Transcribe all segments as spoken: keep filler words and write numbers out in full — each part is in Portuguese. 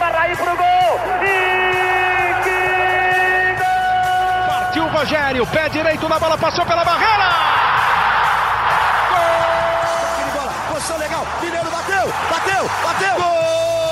Agarra aí pro gol. E que gol! Partiu o Rogério, pé direito na bola, passou pela barreira. Gol! Bola, posição legal. Mineiro bateu, bateu, bateu. Gol!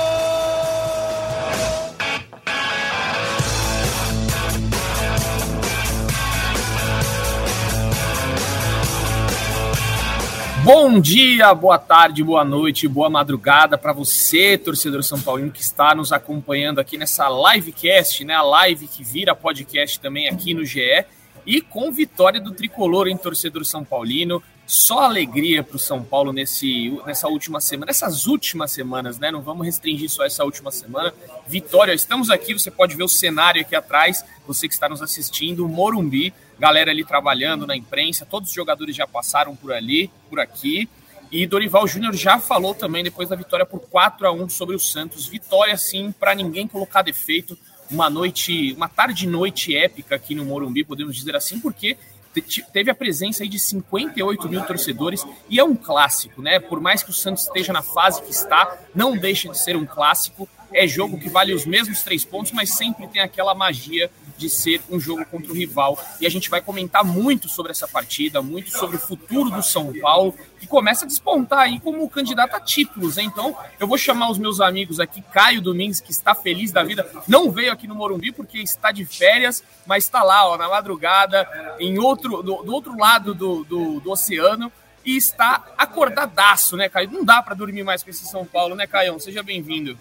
Bom dia, boa tarde, boa noite, boa madrugada para você, torcedor São Paulino, que está nos acompanhando aqui nessa livecast, né? A live que vira podcast também aqui no G E. E com vitória do tricolor, hein, torcedor São Paulino. Só alegria para o São Paulo nesse, nessa última semana, nessas últimas semanas, né? Não vamos restringir só essa última semana. Vitória, estamos aqui, você pode ver o cenário aqui atrás, você que está nos assistindo, Morumbi, galera ali trabalhando na imprensa, todos os jogadores já passaram por ali, por aqui. E Dorival Júnior já falou também depois da vitória por quatro a um sobre o Santos. Vitória, sim, para ninguém colocar defeito. Uma noite, uma tarde e noite épica aqui no Morumbi, podemos dizer assim, porque teve a presença aí de cinquenta e oito mil torcedores e é um clássico, né? Por mais que o Santos esteja na fase que está, não deixa de ser um clássico. É jogo que vale os mesmos três pontos, mas sempre tem aquela magia de ser um jogo contra o rival. E a gente vai comentar muito sobre essa partida, muito sobre o futuro do São Paulo, que começa a despontar aí como candidato a títulos, hein? Então, eu vou chamar os meus amigos aqui, Caio Domingues, que está feliz da vida, não veio aqui no Morumbi porque está de férias, mas está lá, ó, na madrugada, em outro, do, do outro lado do, do, do oceano, e está acordadaço, né, Caio? Não dá para dormir mais com esse São Paulo, né, Caio? Seja bem-vindo.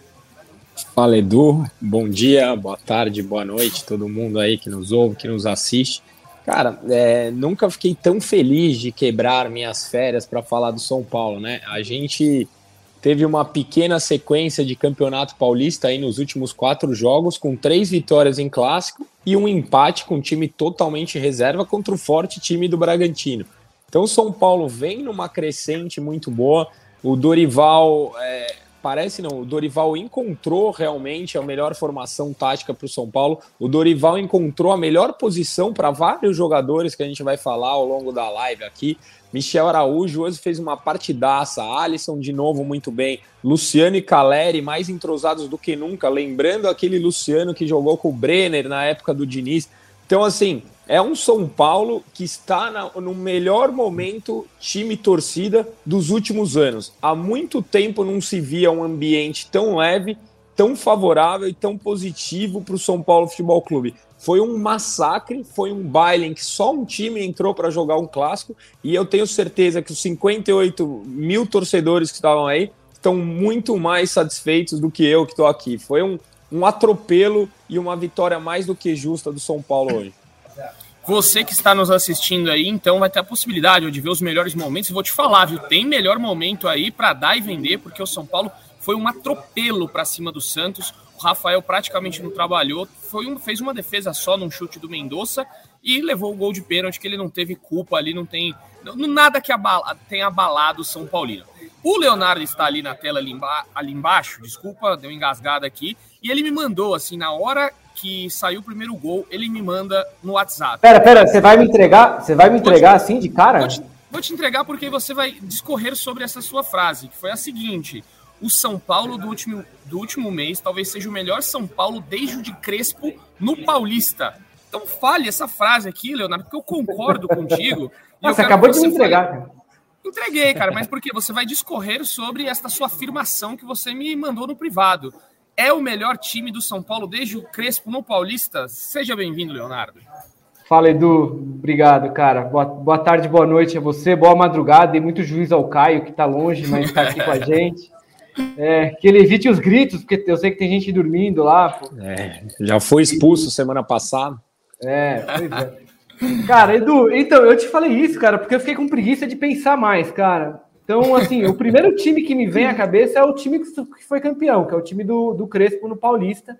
Fala, Edu, bom dia, boa tarde, boa noite, todo mundo aí que nos ouve, que nos assiste. Cara, é, nunca fiquei tão feliz de quebrar minhas férias para falar do São Paulo, né? A gente teve uma pequena sequência de campeonato paulista aí nos últimos quatro jogos, com três vitórias em clássico e um empate com um time totalmente reserva contra o forte time do Bragantino. Então o São Paulo vem numa crescente muito boa, o Dorival... É, Parece não, o Dorival encontrou realmente a melhor formação tática para o São Paulo, o Dorival encontrou a melhor posição para vários jogadores que a gente vai falar ao longo da live aqui. Michel Araújo hoje fez uma partidaça, Alisson de novo muito bem, Luciano e Caleri mais entrosados do que nunca, lembrando aquele Luciano que jogou com o Brenner na época do Diniz. Então assim, é um São Paulo que está na, no melhor momento time-torcida dos últimos anos. Há muito tempo não se via um ambiente tão leve, tão favorável e tão positivo para o São Paulo Futebol Clube. Foi um massacre, foi um baile em que só um time entrou para jogar um clássico e eu tenho certeza que os cinquenta e oito mil torcedores que estavam aí estão muito mais satisfeitos do que eu que estou aqui. Foi um, um atropelo e uma vitória mais do que justa do São Paulo hoje. Você que está nos assistindo aí, então vai ter a possibilidade de ver os melhores momentos. E vou te falar, viu? Tem melhor momento aí para dar e vender, porque o São Paulo foi um atropelo para cima do Santos. O Rafael praticamente não trabalhou, foi um, fez uma defesa só num chute do Mendonça e levou o gol de pênalti, que ele não teve culpa ali, não tem não, nada que abala, tenha abalado o São Paulino. O Leonardo está ali na tela ali, emba, ali embaixo, desculpa, deu engasgada aqui, e ele me mandou, assim, na hora que saiu o primeiro gol, ele me manda no WhatsApp. Pera, pera, você vai me entregar, você vai me entregar te, assim de cara? Vou te, vou te entregar porque você vai discorrer sobre essa sua frase, que foi a seguinte: o São Paulo do último, do último mês talvez seja o melhor São Paulo desde o de Crespo no Paulista. Então fale essa frase aqui, Leonardo, porque eu concordo contigo. E você acabou de me entregar, cara. Entreguei, cara, mas porque você vai discorrer sobre essa sua afirmação que você me mandou no privado. É o melhor time do São Paulo desde o Crespo no Paulista? Seja bem-vindo, Leonardo. Fala, Edu. Obrigado, cara. Boa, boa tarde, boa noite a você, boa madrugada e muito juízo ao Caio, que tá longe, mas tá aqui com a gente. É, que ele evite os gritos, porque eu sei que tem gente dormindo lá. Pô. É, já foi expulso semana passada. É, pois é. Cara, Edu, então, eu te falei isso, cara, porque eu fiquei com preguiça de pensar mais, cara. Então, assim, o primeiro time que me vem à cabeça é o time que foi campeão, que é o time do, do Crespo no Paulista.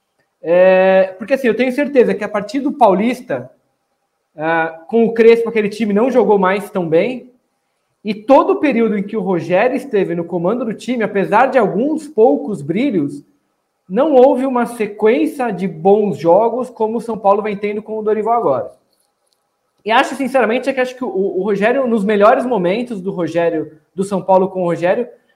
É, porque, assim, eu tenho certeza que a partir do Paulista, uh, com o Crespo, aquele time não jogou mais tão bem. E todo o período em que o Rogério esteve no comando do time, apesar de alguns poucos brilhos, não houve uma sequência de bons jogos como o São Paulo vem tendo com o Dorival agora. E acho, sinceramente, é que acho que o, o Rogério, nos melhores momentos do Rogério, do São Paulo com o Rogério,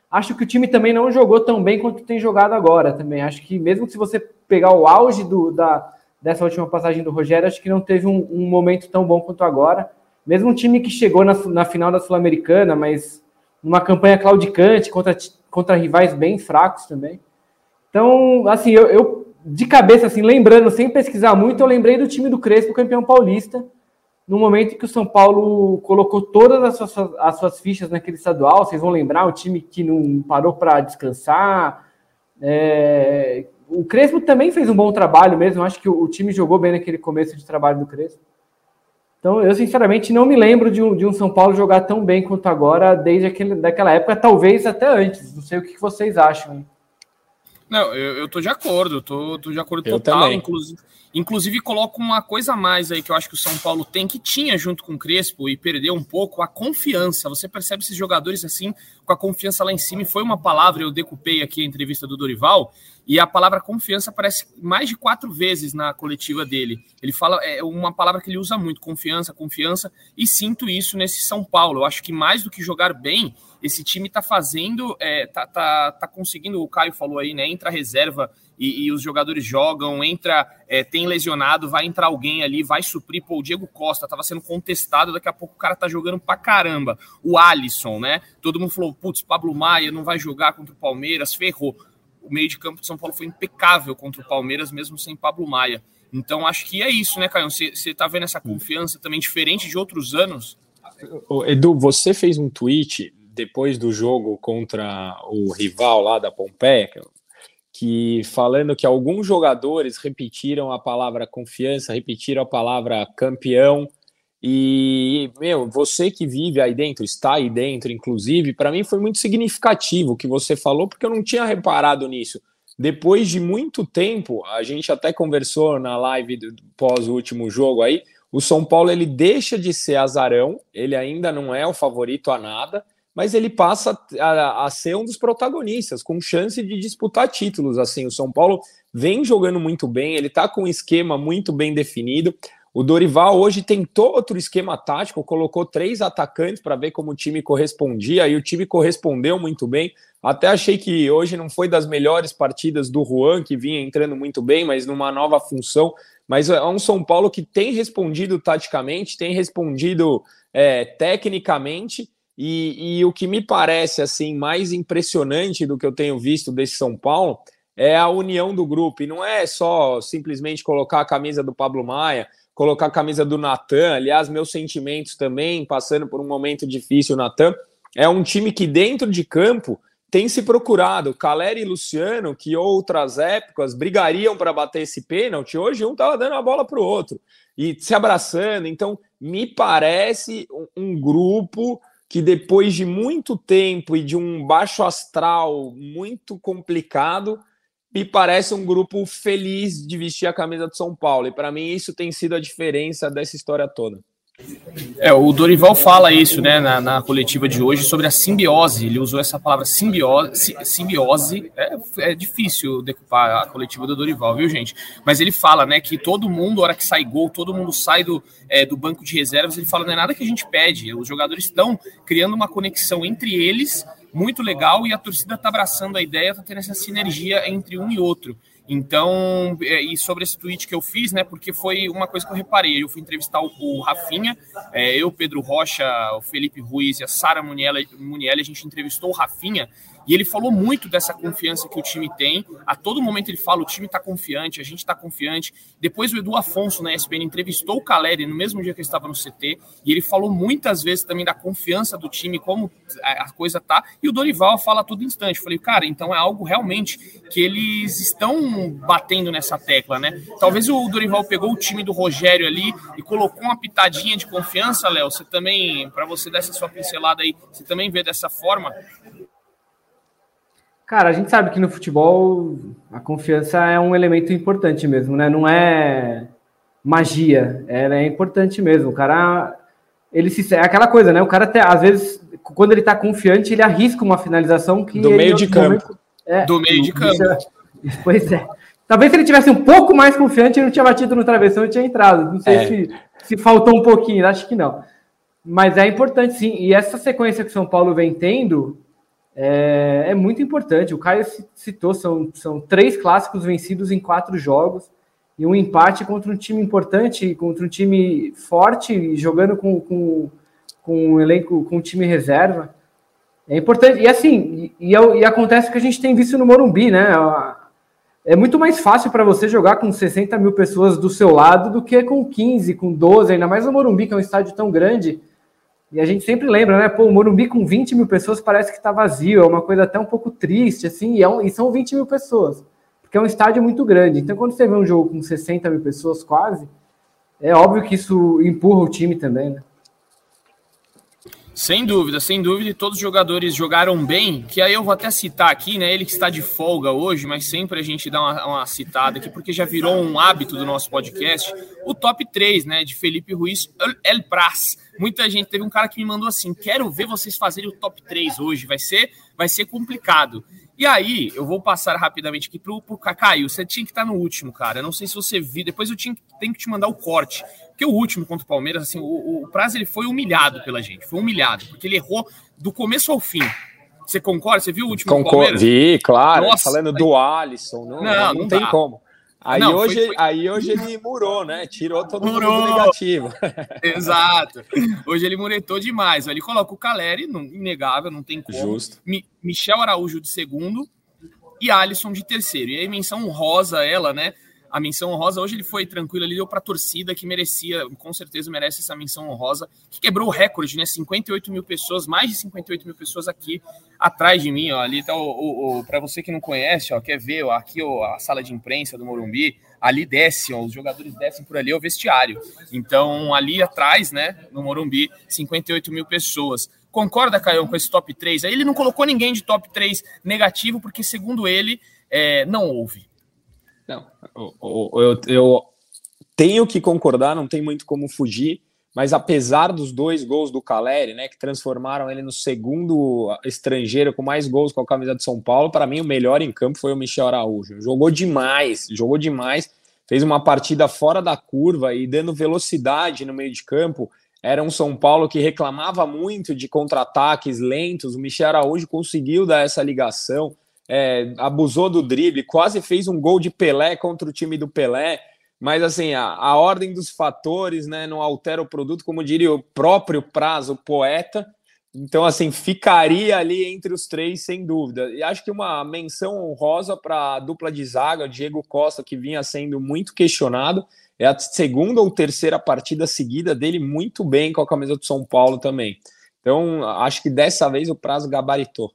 acho que o time também não jogou tão bem quanto tem jogado agora também. Acho que mesmo se você pegar o auge do, da, dessa última passagem do Rogério, acho que não teve um, um momento tão bom quanto agora. Mesmo um time que chegou na, na final da Sul-Americana, mas numa campanha claudicante contra, contra rivais bem fracos também. Então, assim, eu, eu de cabeça, assim, lembrando, sem pesquisar muito, eu lembrei do time do Crespo, campeão paulista, no momento em que o São Paulo colocou todas as suas, as suas fichas naquele estadual. Vocês vão lembrar, um time que não parou para descansar. É... O Crespo também fez um bom trabalho mesmo, acho que o, o time jogou bem naquele começo de trabalho do Crespo. Então, eu sinceramente não me lembro de um, de um São Paulo jogar tão bem quanto agora, desde aquele, daquela época, talvez até antes. Não sei o que vocês acham, hein? Não, eu, eu tô de acordo, eu tô, tô de acordo eu total, também. inclusive, inclusive coloco uma coisa a mais aí que eu acho que o São Paulo tem, que tinha junto com o Crespo e perdeu um pouco, a confiança. Você percebe esses jogadores assim, com a confiança lá em cima, e foi uma palavra, eu decupei aqui a entrevista do Dorival, e a palavra confiança aparece mais de quatro vezes na coletiva dele. Ele fala, é uma palavra que ele usa muito, confiança, confiança, e sinto isso nesse São Paulo. Eu acho que mais do que jogar bem, esse time tá fazendo, é, tá, tá, tá conseguindo, o Caio falou aí, né, entra reserva e, e os jogadores jogam, entra, é, tem lesionado, vai entrar alguém ali, vai suprir. Pô, o Diego Costa tava sendo contestado, daqui a pouco o cara tá jogando pra caramba. O Alisson, né, todo mundo falou, putz, Pablo Maia não vai jogar contra o Palmeiras, ferrou. O meio de campo de São Paulo foi impecável contra o Palmeiras, mesmo sem Pablo Maia. Então, acho que é isso, né, Caio? Você tá vendo essa confiança também diferente de outros anos? Edu, você fez um tweet depois do jogo contra o rival lá da Pompeia, que falando que alguns jogadores repetiram a palavra confiança, repetiram a palavra campeão. E, meu, você que vive aí dentro, está aí dentro, inclusive, para mim foi muito significativo o que você falou, porque eu não tinha reparado nisso. Depois de muito tempo, a gente até conversou na live do, pós o último jogo aí, o São Paulo ele deixa de ser azarão, ele ainda não é o favorito a nada, mas ele passa a, a ser um dos protagonistas, com chance de disputar títulos. Assim, o São Paulo vem jogando muito bem, ele está com um esquema muito bem definido. O Dorival hoje tentou outro esquema tático, colocou três atacantes para ver como o time correspondia, e o time correspondeu muito bem. Até achei que hoje não foi das melhores partidas do Juan, que vinha entrando muito bem, mas numa nova função. Mas é um São Paulo que tem respondido taticamente, tem respondido é, tecnicamente, e, e o que me parece assim mais impressionante do que eu tenho visto desse São Paulo é a união do grupo. E não é só simplesmente colocar a camisa do Pablo Maia, colocar a camisa do Natan. Aliás, meus sentimentos também, passando por um momento difícil, o Natan. É um time que dentro de campo tem se procurado. Caleri e Luciano, que outras épocas brigariam para bater esse pênalti, hoje um estava dando a bola para o outro e se abraçando. Então, me parece um, um grupo que depois de muito tempo e de um baixo astral muito complicado, me parece um grupo feliz de vestir a camisa do São Paulo. E para mim isso tem sido a diferença dessa história toda. É, o Dorival fala isso, né, na, na coletiva de hoje, sobre a simbiose. Ele usou essa palavra simbiose. simbiose é, é difícil decupar a coletiva do Dorival, viu, gente? Mas ele fala, né, que todo mundo, a hora que sai gol, todo mundo sai do, é, do banco de reservas. Ele fala, não é nada que a gente pede. Os jogadores estão criando uma conexão entre eles muito legal, e a torcida está abraçando a ideia, está tendo essa sinergia entre um e outro. Então, e sobre esse tweet que eu fiz, né, porque foi uma coisa que eu reparei, eu fui entrevistar o, o Rafinha, é, eu, Pedro Rocha, o Felipe Ruiz e a Sara Munielli, Munielli, a gente entrevistou o Rafinha, e ele falou muito dessa confiança que o time tem. A todo momento ele fala, o time está confiante, a gente está confiante. Depois o Edu Afonso, na E S P N, entrevistou o Caleri no mesmo dia que ele estava no C T, e ele falou muitas vezes também da confiança do time, como a coisa tá, e o Dorival fala a todo instante. Eu falei, cara, então é algo realmente que eles estão batendo nessa tecla, né? Talvez o Dorival pegou o time do Rogério ali e colocou uma pitadinha de confiança, Léo. Você também, para você dar essa sua pincelada aí, você também vê dessa forma? Cara, a gente sabe que no futebol a confiança é um elemento importante mesmo, né? Não é magia, ela é importante mesmo. O cara, ele se é aquela coisa, né? O cara até, às vezes, quando ele tá confiante, ele arrisca uma finalização que do ele, meio de campo. Momento, é, do meio de campo. É, pois é. Talvez se ele tivesse um pouco mais confiante, ele não tinha batido no travessão e tinha entrado. Não sei é. se, se faltou um pouquinho, acho que não. Mas é importante sim. E essa sequência que o São Paulo vem tendo, é, é muito importante. O Caio citou, são, são três clássicos vencidos em quatro jogos e um empate contra um time importante, contra um time forte, jogando com, com, com um elenco, com um time reserva. É importante. E assim, e, e, e acontece o que a gente tem visto no Morumbi, né? É muito mais fácil para você jogar com sessenta mil pessoas do seu lado do que com quinze, com doze, ainda mais no Morumbi, que é um estádio tão grande. E a gente sempre lembra, né? Pô, o Morumbi com vinte mil pessoas parece que está vazio, é uma coisa até um pouco triste, assim, e, é um, e são vinte mil pessoas, porque é um estádio muito grande. Então, quando você vê um jogo com sessenta mil pessoas quase, é óbvio que isso empurra o time também, né? Sem dúvida, sem dúvida, e todos os jogadores jogaram bem, que aí eu vou até citar aqui, né, ele que está de folga hoje, mas sempre a gente dá uma, uma citada aqui, porque já virou um hábito do nosso podcast, o top três, né, de Felipe Ruiz El Praz. Muita gente, teve um cara que me mandou assim, quero ver vocês fazerem o top três hoje, vai ser, vai ser complicado. E aí, eu vou passar rapidamente aqui pro, pro Caio, você tinha que estar no último, cara, eu não sei se você viu, depois eu tinha, tenho que te mandar o corte, porque o último contra o Palmeiras, assim, o, o Praz, ele foi humilhado pela gente, foi humilhado, porque ele errou do começo ao fim. Você concorda? Você viu o último Concor- Palmeiras? Vi, claro, Nossa, falando aí... do Alisson, não, não, não, não tem dá. como. Aí, não, hoje, foi, foi... aí hoje ele murou, né? Tirou todo murou. mundo negativo. Exato. Hoje ele muretou demais. Ele coloca o Caleri, não, inegável, não tem como. Justo. Mi- Michel Araújo de segundo e Alisson de terceiro. E aí, menção honrosa ela, né? A menção honrosa, hoje ele foi tranquilo, ele deu para a torcida que merecia, com certeza merece essa menção honrosa, que quebrou o recorde, né? cinquenta e oito mil pessoas, mais de cinquenta e oito mil pessoas aqui atrás de mim, ó. Ali tá o, o, o para você que não conhece, ó, quer ver, ó, aqui ó, a sala de imprensa do Morumbi, ali desce, ó, os jogadores descem por ali, é o vestiário. Então, ali atrás, né, no Morumbi, cinquenta e oito mil pessoas. Concorda, Caio, com esse top três? Aí ele não colocou ninguém de top três negativo, porque segundo ele, é, não houve. Não, eu, eu, eu tenho que concordar, não tem muito como fugir, mas apesar dos dois gols do Caleri, né, que transformaram ele no segundo estrangeiro com mais gols com a camisa de São Paulo, para mim o melhor em campo foi o Michel Araújo. Jogou demais, jogou demais, fez uma partida fora da curva e dando velocidade no meio de campo. Era um São Paulo que reclamava muito de contra-ataques lentos, o Michel Araújo conseguiu dar essa ligação. É, abusou do drible, quase fez um gol de Pelé contra o time do Pelé, mas assim, a, a ordem dos fatores, né, não altera o produto, como diria o próprio Praz, o poeta. Então assim, ficaria ali entre os três sem dúvida, e acho que uma menção honrosa para a dupla de zaga, o Diego Costa, que vinha sendo muito questionado, é a segunda ou terceira partida seguida dele muito bem com a camisa do São Paulo também. Então acho que dessa vez o Praz gabaritou.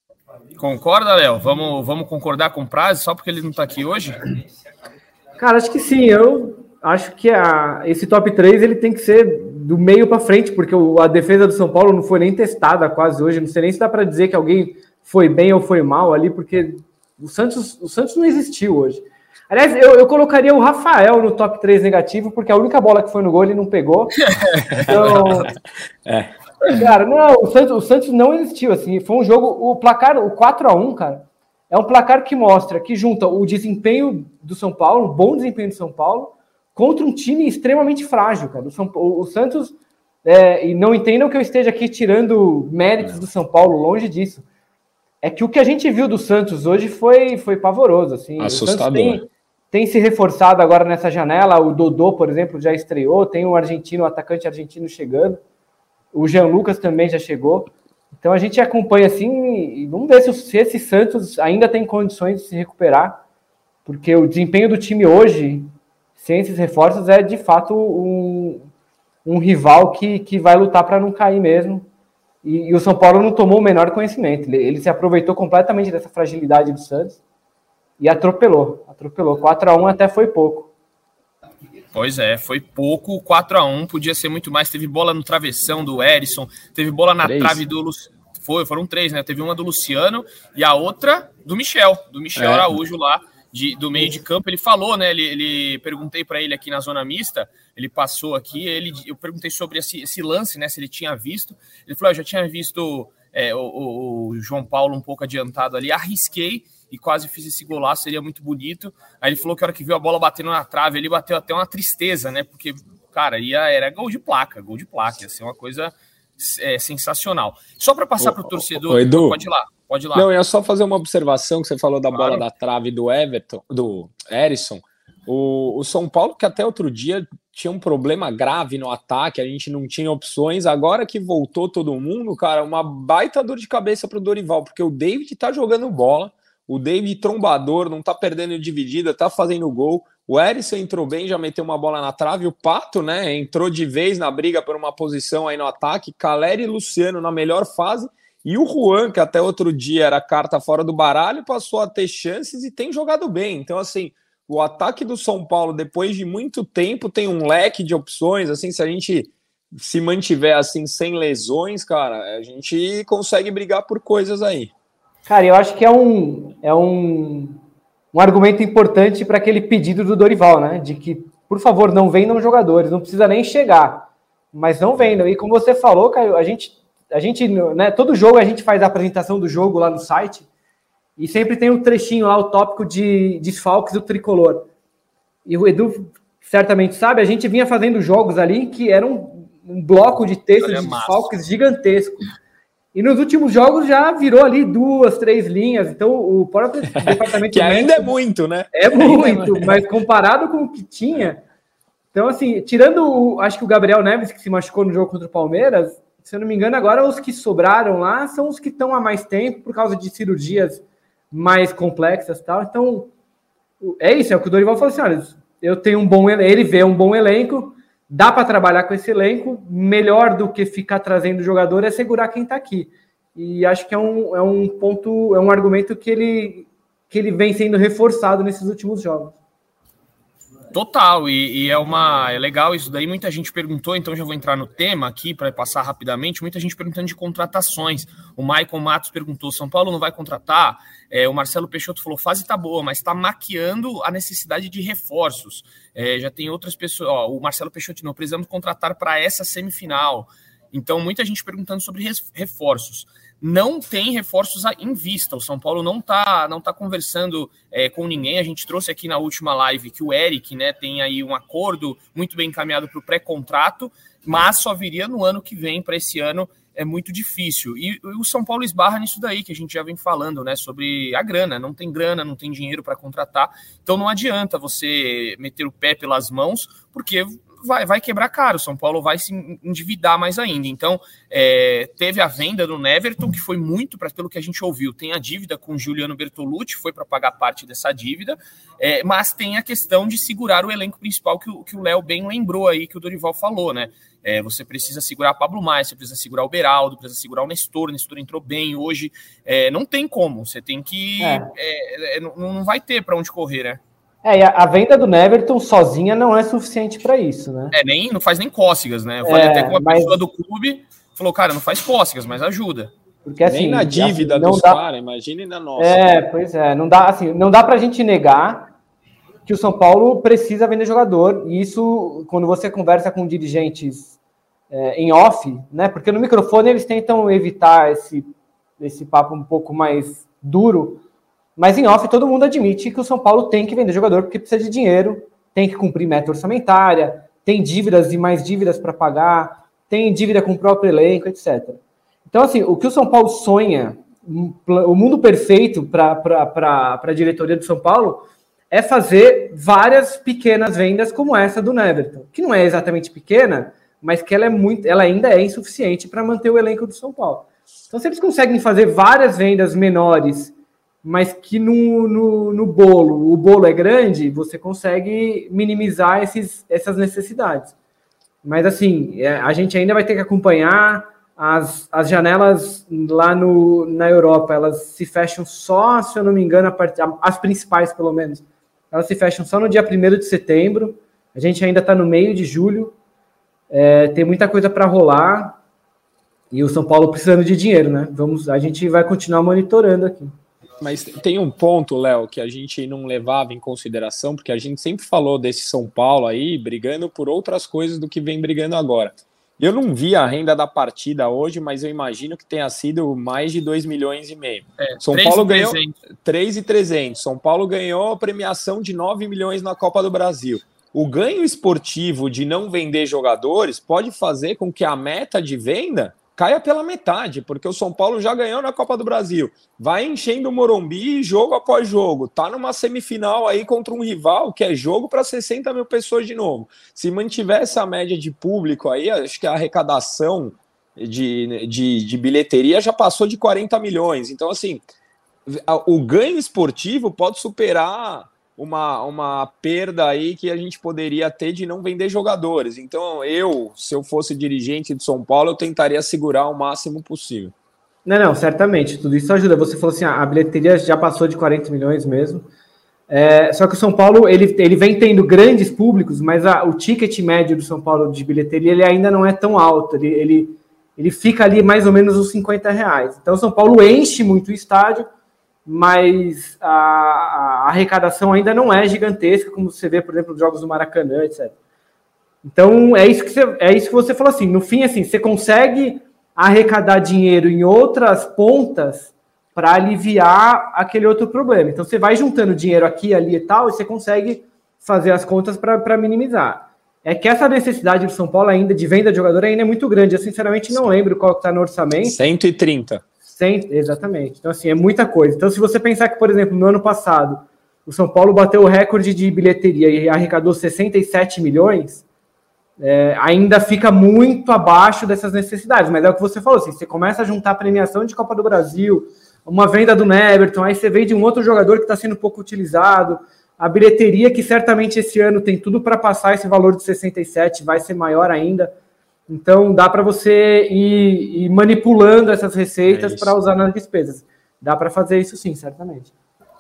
Concorda, Léo? Vamos, vamos concordar com o Praz, só porque ele não está aqui hoje? Cara, acho que sim. Eu acho que a, esse top três ele tem que ser do meio para frente, porque o, a defesa do São Paulo não foi nem testada quase hoje. Não sei nem se dá para dizer que alguém foi bem ou foi mal ali, porque o Santos, o Santos não existiu hoje. Aliás, eu, eu colocaria o Rafael no top três negativo, porque a única bola que foi no gol ele não pegou. Então... é. Cara, não, o Santos, o Santos não existiu, assim, foi um jogo, o placar, o quatro a um, cara, é um placar que mostra, que junta o desempenho do São Paulo, o bom desempenho do São Paulo, contra um time extremamente frágil, cara. O, São, o, o Santos, é, e não entendam que eu esteja aqui tirando méritos do São Paulo, longe disso, é que o que a gente viu do Santos hoje foi, foi pavoroso, assim. Assustador. O Santos tem, tem se reforçado agora nessa janela, o Dodô, por exemplo, já estreou, tem um argentino, um atacante argentino chegando, o Jean Lucas também já chegou. Então a gente acompanha assim e vamos ver se, se esse Santos ainda tem condições de se recuperar, porque o desempenho do time hoje, sem esses reforços, é de fato um, um rival que, que vai lutar para não cair mesmo. E, e o São Paulo não tomou o menor conhecimento. Ele, ele se aproveitou completamente dessa fragilidade do Santos e atropelou. Atropelou. quatro a um até foi pouco. Pois é, foi pouco, quatro a um, podia ser muito mais, teve bola no travessão do Erisson, teve bola na três. trave do Luciano, foi, foram três, né, teve uma do Luciano e a outra do Michel, do Michel é. Araújo lá, de, do meio de campo. Ele falou, né, ele, ele perguntei para ele aqui na zona mista, ele passou aqui, ele, eu perguntei sobre esse, esse lance, né, se ele tinha visto, ele falou, eu já tinha visto é, o, o, o João Paulo um pouco adiantado ali, arrisquei, e quase fiz esse golaço, seria muito bonito. Aí ele falou que a hora que viu a bola batendo na trave, ele bateu até uma tristeza, né? Porque, cara, ia, era gol de placa, gol de placa, ia ser uma coisa é, sensacional. Só para passar para o torcedor, ô, Edu, pode ir lá, pode ir lá. Não, eu ia só fazer uma observação que você falou da Claro. bola da trave do Everton, do Erisson. O, o São Paulo, que até outro dia tinha um problema grave no ataque, a gente não tinha opções. Agora que voltou todo mundo, cara, uma baita dor de cabeça pro Dorival, porque o David tá jogando bola, o David trombador, não tá perdendo dividida, tá fazendo gol. O Erisson entrou bem, já meteu uma bola na trave. O Pato, né, entrou de vez na briga por uma posição aí no ataque. Caleri e Luciano na melhor fase. E o Juan, que até outro dia era carta fora do baralho, passou a ter chances e tem jogado bem. Então, assim, o ataque do São Paulo, depois de muito tempo, tem um leque de opções. Assim, se a gente se mantiver assim, sem lesões, cara, a gente consegue brigar por coisas aí. Cara, eu acho que é um, é um, um argumento importante para aquele pedido do Dorival, né? De que, por favor, não vendam jogadores, não precisa nem chegar, mas não vendam. E como você falou, Caio, a gente, a gente, né, todo jogo a gente faz a apresentação do jogo lá no site e sempre tem um trechinho lá, o tópico de desfalques do tricolor. E o Edu certamente sabe, a gente vinha fazendo jogos ali que eram um bloco de texto de desfalques gigantesco. E nos últimos jogos já virou ali duas, três linhas. Então o próprio departamento... que ainda é muito, né? É muito, mas comparado com o que tinha... Então, assim, tirando, o, acho que o Gabriel Neves, que se machucou no jogo contra o Palmeiras, se eu não me engano, agora os que sobraram lá são os que estão há mais tempo por causa de cirurgias mais complexas e tal. Então, é isso, é o que o Dorival falou assim, olha, eu tenho um bom elenco, ele vê um bom elenco, dá para trabalhar com esse elenco, melhor do que ficar trazendo jogador é segurar quem está aqui. E acho que é um, é um ponto, é um argumento que ele, que ele vem sendo reforçado nesses últimos jogos. Total, e, e é uma é legal isso daí. Muita gente perguntou, então já vou entrar no tema aqui para passar rapidamente. Muita gente perguntando de contratações. O Maicon Matos perguntou: São Paulo não vai contratar? É, o Marcelo Peixoto falou: fase tá boa, mas está maquiando a necessidade de reforços. É, já tem outras pessoas. Ó, o Marcelo Peixoto, não precisamos contratar para essa semifinal. Então, muita gente perguntando sobre reforços. Não tem reforços em vista. O São Paulo não está não tá conversando é, com ninguém. A gente trouxe aqui na última live que o Eric, né, tem aí um acordo muito bem encaminhado para o pré-contrato, mas só viria no ano que vem. Para esse ano é muito difícil. E, e o São Paulo esbarra nisso daí que a gente já vem falando, né, sobre a grana. Não tem grana, não tem dinheiro para contratar. Então não adianta você meter o pé pelas mãos, porque vai, vai quebrar caro, o São Paulo vai se endividar mais ainda. Então, é, teve a venda do Neverton, que foi muito, pra, pelo que a gente ouviu, tem a dívida com o Juliano Bertolucci, foi para pagar parte dessa dívida, é, mas tem a questão de segurar o elenco principal, que o, que o Léo bem lembrou aí, que o Dorival falou, né? É, você precisa segurar Pablo Maia, você precisa segurar o Beraldo, precisa segurar o Nestor, o Nestor entrou bem hoje, é, não tem como, você tem que... É. É, não, não vai ter para onde correr, né? É, e a, a venda do Neverton sozinha não é suficiente para isso, né? É, nem, não faz nem cócegas, né? Eu falei é, até com uma mas... pessoa do clube, falou, cara, não faz cócegas, mas ajuda. Porque, assim, nem na dívida assim, dos dá... caras, imagine na nossa. É, pois é, não dá, assim, não dá pra gente negar que o São Paulo precisa vender jogador, e isso, quando você conversa com dirigentes é, em off, né? Porque no microfone eles tentam evitar esse, esse papo um pouco mais duro. Mas em off, todo mundo admite que o São Paulo tem que vender jogador porque precisa de dinheiro, tem que cumprir meta orçamentária, tem dívidas e mais dívidas para pagar, tem dívida com o próprio elenco, etcétera. Então, assim, o que o São Paulo sonha, o mundo perfeito para a diretoria do São Paulo é fazer várias pequenas vendas como essa do Neverton, que não é exatamente pequena, mas que ela, é muito, ela ainda é insuficiente para manter o elenco do São Paulo. Então, se eles conseguem fazer várias vendas menores, mas que no, no, no bolo, o bolo é grande, você consegue minimizar esses, essas necessidades. Mas, assim, a gente ainda vai ter que acompanhar as, as janelas lá no, na Europa, elas se fecham só, se eu não me engano, a part... as principais, pelo menos, elas se fecham só no dia primeiro de setembro, a gente ainda está no meio de julho, é, tem muita coisa para rolar, e o São Paulo precisando de dinheiro, né? Vamos, a gente vai continuar monitorando aqui. Mas tem um ponto, Léo, que a gente não levava em consideração, porque a gente sempre falou desse São Paulo aí, brigando por outras coisas do que vem brigando agora. Eu não vi a renda da partida hoje, mas eu imagino que tenha sido mais de dois milhões e meio. É, São Paulo ganhou três e trezentos. São Paulo ganhou a premiação de nove milhões na Copa do Brasil. O ganho esportivo de não vender jogadores pode fazer com que a meta de venda caia pela metade, porque o São Paulo já ganhou na Copa do Brasil, vai enchendo o Morumbi jogo após jogo, tá numa semifinal aí contra um rival que é jogo para sessenta mil pessoas de novo. Se mantiver essa média de público aí, acho que a arrecadação de, de, de bilheteria já passou de quarenta milhões. Então, assim, o ganho esportivo pode superar uma, uma perda aí que a gente poderia ter de não vender jogadores. Então, eu, se eu fosse dirigente de São Paulo, eu tentaria segurar o máximo possível. Não, não, certamente, tudo isso ajuda. Você falou assim, a bilheteria já passou de quarenta milhões mesmo. É, só que o São Paulo, ele, ele vem tendo grandes públicos, mas a, o ticket médio do São Paulo de bilheteria, ele ainda não é tão alto. Ele, ele, ele fica ali mais ou menos os cinquenta reais. Então, o São Paulo enche muito o estádio, mas a, a arrecadação ainda não é gigantesca, como você vê, por exemplo, nos jogos do Maracanã, etcétera. Então, é isso que você, é isso que você falou, assim, no fim, assim, você consegue arrecadar dinheiro em outras pontas para aliviar aquele outro problema. Então, você vai juntando dinheiro aqui, ali e tal, e você consegue fazer as contas para minimizar. É que essa necessidade do São Paulo ainda, de venda de jogador, ainda é muito grande. Eu, sinceramente, não lembro qual está no orçamento. cento e trinta. Exatamente. Então, assim, é muita coisa. Então, se você pensar que, por exemplo, no ano passado, o São Paulo bateu o recorde de bilheteria e arrecadou sessenta e sete milhões, é, ainda fica muito abaixo dessas necessidades. Mas é o que você falou, assim, você começa a juntar a premiação de Copa do Brasil, uma venda do Neverton, aí você vende um outro jogador que está sendo pouco utilizado, a bilheteria, que certamente esse ano tem tudo para passar esse valor de sessenta e sete, vai ser maior ainda. Então, dá para você ir, ir manipulando essas receitas é para usar nas despesas. Dá para fazer isso sim, certamente.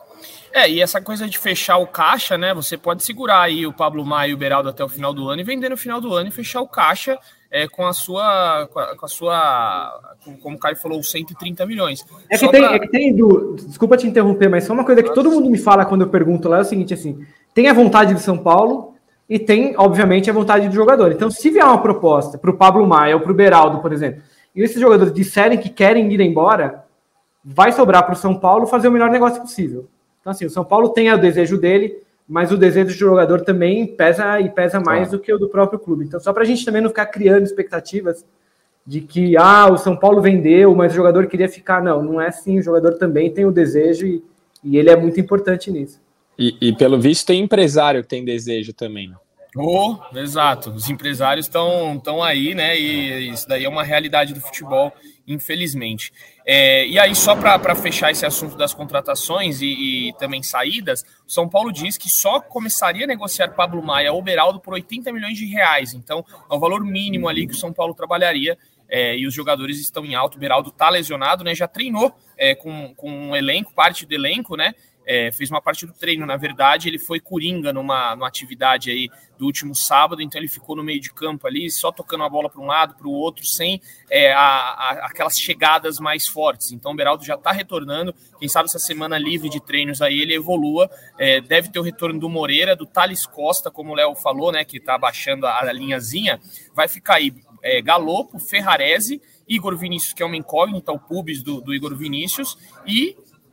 É, e essa coisa de fechar o caixa, né? Você pode segurar aí o Pablo Maia e o Beraldo até o final do ano e vender no final do ano e fechar o caixa é, com a sua, com a, com a sua, como o Caio falou, cento e trinta milhões. É que, tem, pra... é que tem, Edu, desculpa te interromper, mas só uma coisa que todo mundo me fala quando eu pergunto lá é o seguinte, assim, tem a vontade do São Paulo e tem, obviamente, a vontade do jogador. Então, se vier uma proposta para o Pablo Maia ou para o Beraldo, por exemplo, e esses jogadores disserem que querem ir embora, vai sobrar para o São Paulo fazer o melhor negócio possível. Então, assim, o São Paulo tem o desejo dele, mas o desejo do jogador também pesa e pesa mais do que o do próprio clube. Então, só para a gente também não ficar criando expectativas de que, ah, o São Paulo vendeu, mas o jogador queria ficar. Não, não é assim. O jogador também tem o desejo e, e ele é muito importante nisso. E, e, pelo visto, tem empresário que tem desejo também, né? Oh, exato. Os empresários estão aí, né? E isso daí é uma realidade do futebol, infelizmente. É, e aí, só para fechar esse assunto das contratações e, e também saídas, o São Paulo diz que só começaria a negociar Pablo Maia ou Beraldo por oitenta milhões de reais. Então, é o valor mínimo ali que o São Paulo trabalharia. É, e os jogadores estão em alto. O Beraldo está lesionado, né? Já treinou é, com, com um elenco, parte do elenco, né? É, fez uma parte do treino, na verdade, ele foi coringa numa, numa atividade aí do último sábado, então ele ficou no meio de campo ali, só tocando a bola para um lado, para o outro, sem é, a, a, aquelas chegadas mais fortes. Então o Beraldo já está retornando, quem sabe essa semana livre de treinos aí ele evolua, é, deve ter o retorno do Moreira, do Thales Costa, como o Léo falou, né, que está abaixando a, a linhazinha, vai ficar aí é, Galopo, Ferrarese, Igor Vinícius, que é uma incógnita, o pubis do, do Igor Vinícius, e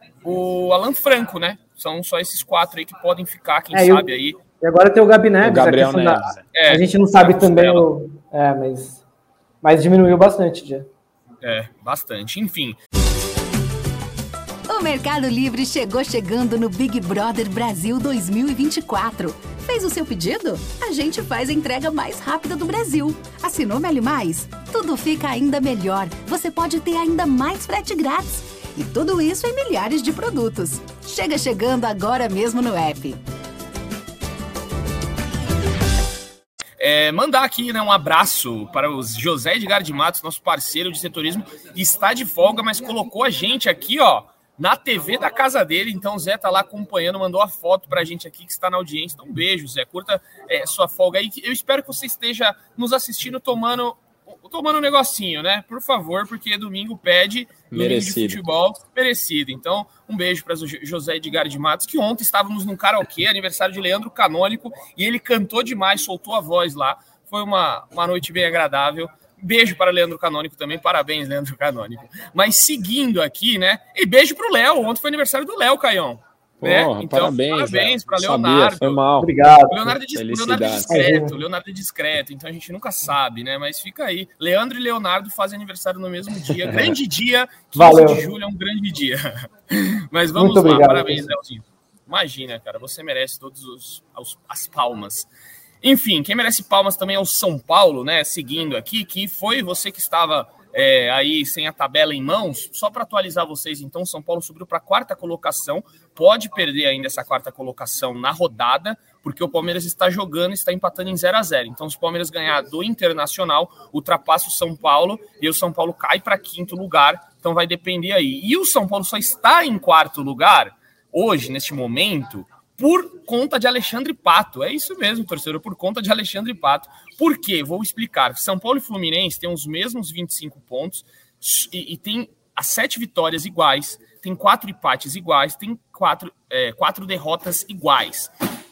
o Alan Franco, né? São só esses quatro aí que podem ficar, quem é, sabe eu, aí. E agora tem o Gabi Neves. O Gabriel Neves. Da, é, a gente não sabe também o... É, mas, mas diminuiu bastante já. É, bastante. Enfim. O Mercado Livre chegou chegando no Big Brother Brasil dois mil e vinte e quatro. Fez o seu pedido? A gente faz a entrega mais rápida do Brasil. Assinou Meli Mais? Tudo fica ainda melhor. Você pode ter ainda mais frete grátis. E tudo isso em milhares de produtos. Chega chegando agora mesmo no app. É, mandar aqui, né, um abraço para o José Edgar de Matos, nosso parceiro de setorismo. Está de folga, mas colocou a gente aqui, ó, na T V da casa dele. Então o Zé tá lá acompanhando, mandou a foto pra gente aqui que está na audiência. Então um beijo, Zé. Curta é, sua folga aí. Eu espero que você esteja nos assistindo tomando... tomando um negocinho, né? Por favor, porque domingo pede domingo merecido. De futebol merecido. Então, um beijo para o José Edgar de Matos, que ontem estávamos num karaokê, aniversário de Leandro Canônico, e ele cantou demais, soltou a voz lá. Foi uma, uma noite bem agradável. Beijo para Leandro Canônico também, parabéns, Leandro Canônico. Mas seguindo aqui, né? E beijo para o Léo, ontem foi aniversário do Léo, Caião. Né? Porra, então, parabéns, parabéns para Leonardo. Leonardo. Foi mal. Obrigado. O Leonardo, é dis- Leonardo é discreto, Leonardo é discreto, então a gente nunca sabe, né? Mas fica aí. Leandro e Leonardo fazem aniversário no mesmo dia. Grande dia, quinze Valeu. de julho é um grande dia. Mas vamos Muito lá, obrigado, parabéns, Leozinho. Imagina, cara, você merece todas os, os, as palmas. Enfim, quem merece palmas também é o São Paulo, né? Seguindo aqui, que foi você que estava é, aí sem a tabela em mãos. Só para atualizar vocês, então, o São Paulo subiu para a quarta colocação. Pode perder ainda essa quarta colocação na rodada, porque o Palmeiras está jogando e está empatando em zero a zero. Então, se o Palmeiras ganhar do Internacional, ultrapassa o São Paulo e o São Paulo cai para quinto lugar. Então, vai depender aí. E o São Paulo só está em quarto lugar hoje, neste momento, por conta de Alexandre Pato. É isso mesmo, torcedor, por conta de Alexandre Pato. Por quê? Vou explicar. São Paulo e Fluminense têm os mesmos vinte e cinco pontos e, e tem as sete vitórias iguais, tem quatro empates iguais, tem quatro, é, quatro derrotas iguais.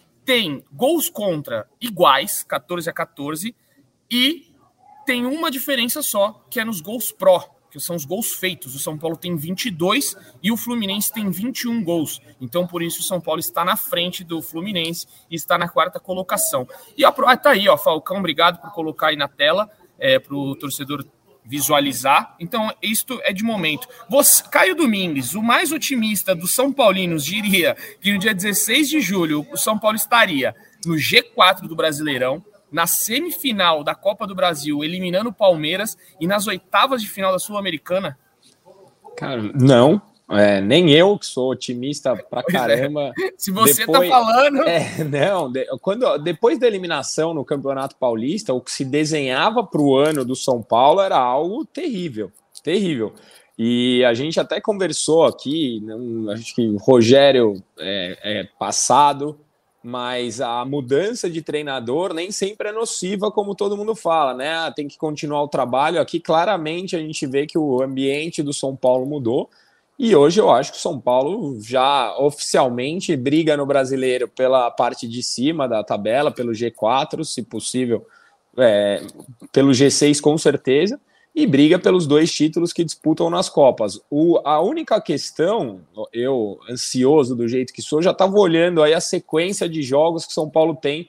Tem gols contra iguais, quatorze a quatorze, e tem uma diferença só, que é nos gols pró, que são os gols feitos. O São Paulo tem vinte e dois e o Fluminense tem vinte e um gols. Então, por isso, o São Paulo está na frente do Fluminense e está na quarta colocação. E ah, tá aí, ó, Falcão, obrigado por colocar aí na tela, é, para o torcedor visualizar. Então, isto é de momento. Você, Caio Domingues, o mais otimista dos São Paulinos, diria que no dia dezesseis de julho o São Paulo estaria no G quatro do Brasileirão, na semifinal da Copa do Brasil, eliminando o Palmeiras, e nas oitavas de final da Sul-Americana? Cara, não. É, nem eu, que sou otimista pra Pois caramba. É. Se você Depois, tá falando... É, não, de, quando, depois da eliminação no Campeonato Paulista, o que se desenhava para o ano do São Paulo era algo terrível, terrível. E a gente até conversou aqui, não, acho que o Rogério é, é passado, mas a mudança de treinador nem sempre é nociva, como todo mundo fala, né? Tem que continuar o trabalho. Aqui, claramente, a gente vê que o ambiente do São Paulo mudou. E hoje eu acho que o São Paulo já oficialmente briga no Brasileiro pela parte de cima da tabela, pelo G quatro, se possível, é, pelo G seis com certeza, e briga pelos dois títulos que disputam nas Copas. O, a única questão, eu ansioso do jeito que sou, já estava olhando aí a sequência de jogos que o São Paulo tem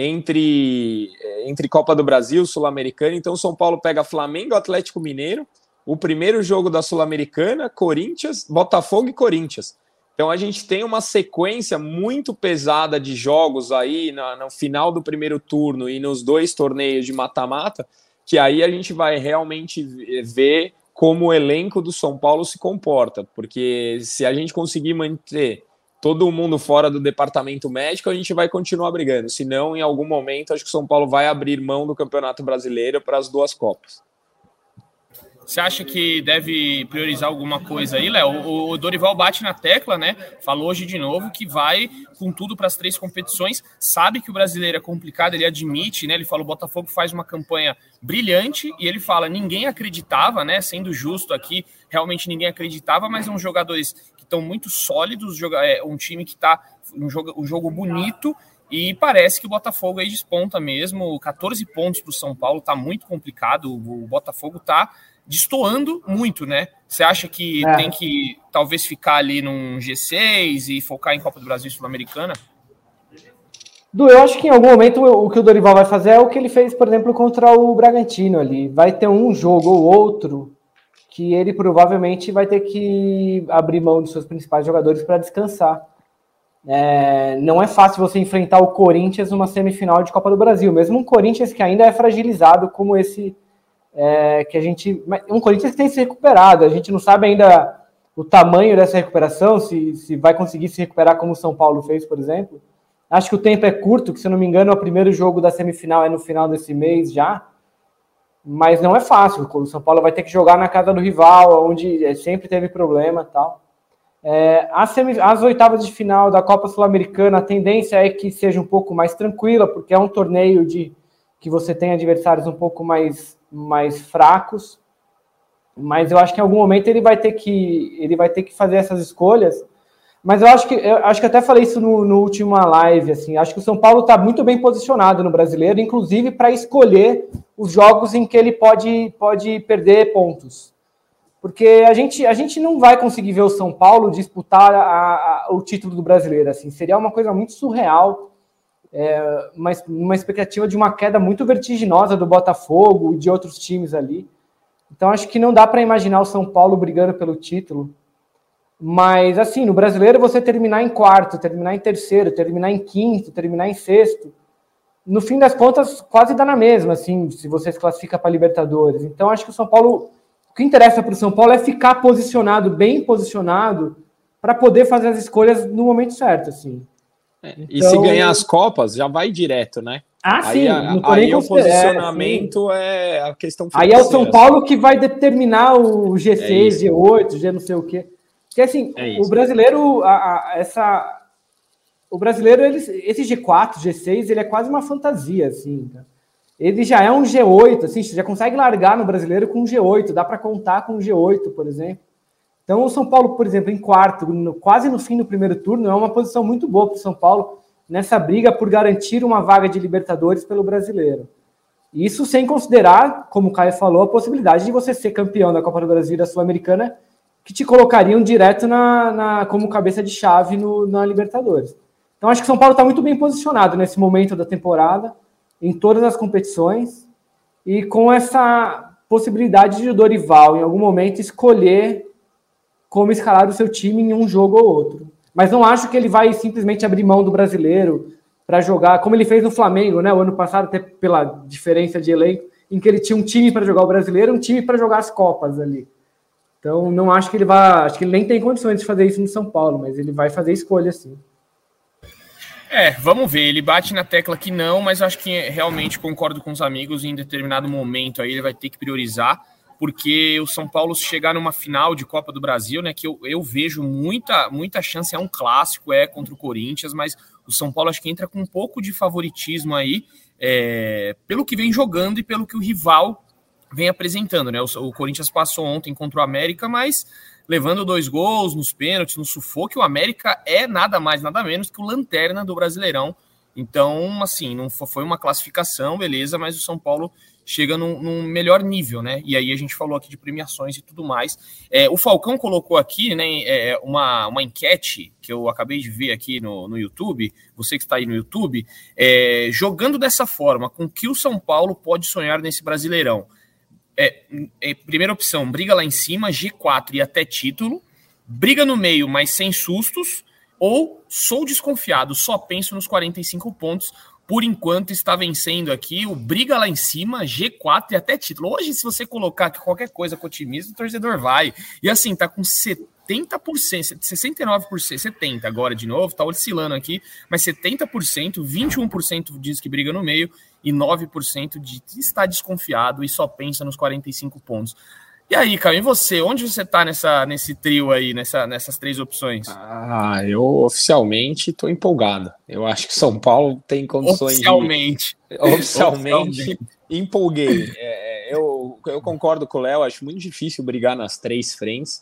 entre, entre Copa do Brasil, Sul-Americana. Então o São Paulo pega Flamengo, Atlético Mineiro, o primeiro jogo da Sul-Americana, Corinthians, Botafogo e Corinthians. Então a gente tem uma sequência muito pesada de jogos aí na, no final do primeiro turno e nos dois torneios de mata-mata, que aí a gente vai realmente ver como o elenco do São Paulo se comporta, porque se a gente conseguir manter todo mundo fora do departamento médico, a gente vai continuar brigando, senão em algum momento acho que o São Paulo vai abrir mão do Campeonato Brasileiro para as duas Copas. Você acha que deve priorizar alguma coisa aí, Léo? O Dorival bate na tecla, né? Falou hoje de novo que vai com tudo para as três competições. Sabe que o brasileiro é complicado, ele admite, né? Ele fala, o Botafogo faz uma campanha brilhante e ele fala, ninguém acreditava, né? Sendo justo aqui, realmente ninguém acreditava, mas são jogadores que estão muito sólidos, é um time que está um jogo, um jogo bonito. E parece que o Botafogo aí desponta mesmo. quatorze pontos para o São Paulo, tá muito complicado. O Botafogo tá destoando muito, né? Você acha que é. tem que talvez ficar ali num G seis e focar em Copa do Brasil e Sul-Americana? Du, eu acho que em algum momento o que o Dorival vai fazer é o que ele fez, por exemplo, contra o Bragantino ali. Vai ter um jogo ou outro que ele provavelmente vai ter que abrir mão dos seus principais jogadores para descansar. É, não é fácil você enfrentar o Corinthians numa semifinal de Copa do Brasil, mesmo um Corinthians que ainda é fragilizado como esse é, que a gente... Um Corinthians que tem se recuperado, a gente não sabe ainda o tamanho dessa recuperação, se, se vai conseguir se recuperar como o São Paulo fez, por exemplo. Acho que o tempo é curto, que se eu não me engano o primeiro jogo da semifinal é no final desse mês já, mas não é fácil, o São Paulo vai ter que jogar na casa do rival, onde sempre teve problema e tal. É, as, semi, as oitavas de final da Copa Sul-Americana, a tendência é que seja um pouco mais tranquila, porque é um torneio de, que você tem adversários um pouco mais, mais fracos, mas eu acho que em algum momento ele vai ter que, ele vai ter que fazer essas escolhas, mas eu acho que, eu acho que até falei isso no, no última live, assim, acho que o São Paulo está muito bem posicionado no Brasileiro, inclusive para escolher os jogos em que ele pode, pode perder pontos. Porque a gente, a gente não vai conseguir ver o São Paulo disputar a, a, o título do Brasileiro, assim, seria uma coisa muito surreal, é, uma, uma expectativa de uma queda muito vertiginosa do Botafogo e de outros times ali. Então acho que não dá para imaginar o São Paulo brigando pelo título. Mas, assim, no Brasileiro você terminar em quarto, terminar em terceiro, terminar em quinto, terminar em sexto, no fim das contas quase dá na mesma, assim, se você se classifica para Libertadores. Então acho que o São Paulo... O que interessa para o São Paulo é ficar posicionado, bem posicionado, para poder fazer as escolhas no momento certo, assim. É, então... E se ganhar as Copas, já vai direto, né? Ah, aí, sim. A, aí o posicionamento é, é a questão financeira. Aí é o São Paulo que vai determinar o G seis, é G oito, G não sei o quê. Porque, assim, é o brasileiro, a, a, essa... O brasileiro, ele, esse G quatro, G seis, ele é quase uma fantasia, assim, tá? Ele já é um G oito, assim, você já consegue largar no brasileiro com um G oito, dá para contar com um G oito, por exemplo. Então, o São Paulo, por exemplo, em quarto, no, quase no fim do primeiro turno, é uma posição muito boa para o São Paulo nessa briga por garantir uma vaga de Libertadores pelo brasileiro. Isso sem considerar, como o Caio falou, a possibilidade de você ser campeão da Copa do Brasil e da Sul-Americana, que te colocariam direto na, na, como cabeça de chave no, na Libertadores. Então, acho que o São Paulo está muito bem posicionado nesse momento da temporada, em todas as competições, e com essa possibilidade de o Dorival, em algum momento, escolher como escalar o seu time em um jogo ou outro. Mas não acho que ele vai simplesmente abrir mão do brasileiro para jogar, como ele fez no Flamengo, né? O ano passado, até pela diferença de elenco, em que ele tinha um time para jogar o brasileiro e um time para jogar as Copas ali. Então, não acho que ele vai... Acho que ele nem tem condições de fazer isso no São Paulo, mas ele vai fazer escolha, sim. É, vamos ver, ele bate na tecla que não, mas acho que realmente concordo com os amigos, em determinado momento aí ele vai ter que priorizar, porque o São Paulo chegar numa final de Copa do Brasil, né, que eu, eu vejo muita, muita chance, é um clássico, é contra o Corinthians, mas o São Paulo acho que entra com um pouco de favoritismo aí, é, pelo que vem jogando e pelo que o rival vem apresentando, né, o, o Corinthians passou ontem contra o América, mas... levando dois gols nos pênaltis, no sufoco, o América é nada mais, nada menos que o lanterna do Brasileirão. Então, assim, não foi uma classificação, beleza, mas o São Paulo chega num, num melhor nível, né? E aí a gente falou aqui de premiações e tudo mais. É, o Falcão colocou aqui, né, é, uma, uma enquete que eu acabei de ver aqui no, no YouTube, você que está aí no YouTube, é, jogando dessa forma, com que o São Paulo pode sonhar nesse Brasileirão? É, é, primeira opção, briga lá em cima, G quatro e até título, briga no meio, mas sem sustos, ou sou desconfiado, só penso nos quarenta e cinco pontos, por enquanto está vencendo aqui o briga lá em cima, G quatro e até título. Hoje, se você colocar qualquer coisa com otimismo, o torcedor vai. E assim, tá com setenta por cento, sessenta e nove por cento, setenta por cento agora de novo, tá oscilando aqui, mas setenta por cento, vinte e um por cento diz que briga no meio, e nove por cento de está desconfiado e só pensa nos quarenta e cinco pontos. E aí, Caio, e você? Onde você está nessa, nesse trio aí, nessa, nessas três opções? Ah, eu oficialmente estou empolgado. Eu acho que São Paulo tem condições oficialmente. de... Oficialmente. Oficialmente, empolguei. É, eu, eu concordo com o Léo, acho muito difícil brigar nas três frentes.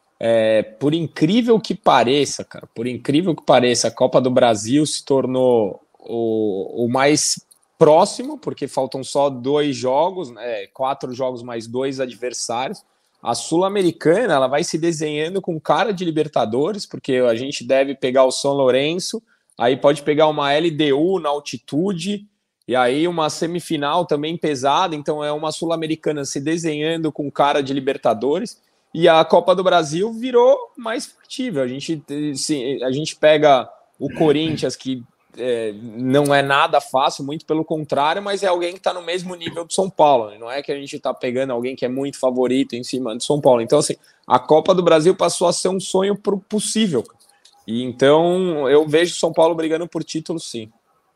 É, por incrível que pareça, cara, por incrível que pareça, a Copa do Brasil se tornou o, o mais... próximo, porque faltam só dois jogos, né, quatro jogos mais dois adversários. A Sul-Americana, ela vai se desenhando com cara de Libertadores, porque a gente deve pegar o São Lourenço, aí pode pegar uma L D U na altitude, e aí uma semifinal também pesada, então é uma Sul-Americana se desenhando com cara de Libertadores, e a Copa do Brasil virou mais factível. A gente, sim, a gente pega o Corinthians, que É, não é nada fácil, muito pelo contrário, mas é alguém que está no mesmo nível do São Paulo, né? Não é que a gente está pegando alguém que é muito favorito em cima do São Paulo. Então, assim, a Copa do Brasil passou a ser um sonho pro possível. E então eu vejo o São Paulo brigando por título, sim.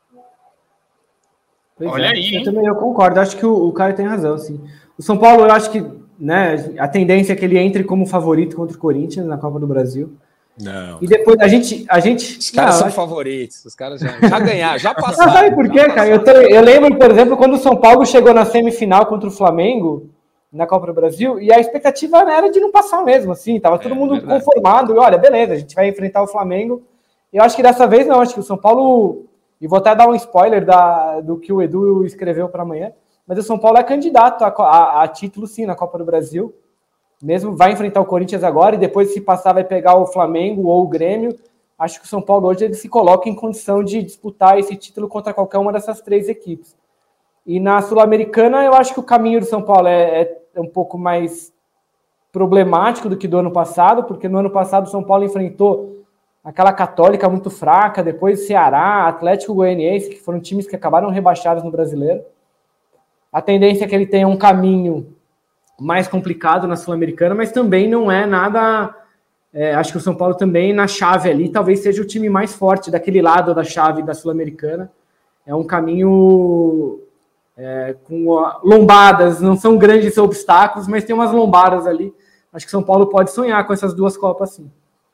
Pois Olha é, aí, eu também eu concordo, acho que o, o Caio tem razão, sim. O São Paulo, eu acho que, né, a tendência é que ele entre como favorito contra o Corinthians na Copa do Brasil. Não. E depois a gente. A gente os caras não, são acho... favoritos, os caras já, já ganharam, já passaram. Sabe por quê, cara? Eu, tô, eu lembro, por exemplo, quando o São Paulo chegou na semifinal contra o Flamengo, na Copa do Brasil, e a expectativa era de não passar mesmo, assim, tava todo é, mundo verdade. conformado, e olha, beleza, a gente vai enfrentar o Flamengo. E eu acho que dessa vez não, acho que o São Paulo. E vou até dar um spoiler da, do que o Edu escreveu para amanhã, mas o São Paulo é candidato a, a, a título, sim, na Copa do Brasil. mesmo vai enfrentar o Corinthians agora e depois, se passar, vai pegar o Flamengo ou o Grêmio. Acho que o São Paulo hoje ele se coloca em condição de disputar esse título contra qualquer uma dessas três equipes. E na Sul-Americana, eu acho que o caminho do São Paulo é, é um pouco mais problemático do que do ano passado, porque no ano passado o São Paulo enfrentou aquela Católica muito fraca, depois Ceará, Atlético Goianiense, que foram times que acabaram rebaixados no Brasileiro. A tendência é que ele tenha um caminho mais complicado na Sul-Americana, mas também não é nada... É, acho que o São Paulo também, na chave ali, talvez seja o time mais forte daquele lado da chave da Sul-Americana. É um caminho é, com lombadas, não são grandes obstáculos, mas tem umas lombadas ali. Acho que o São Paulo pode sonhar com essas duas Copas, sim.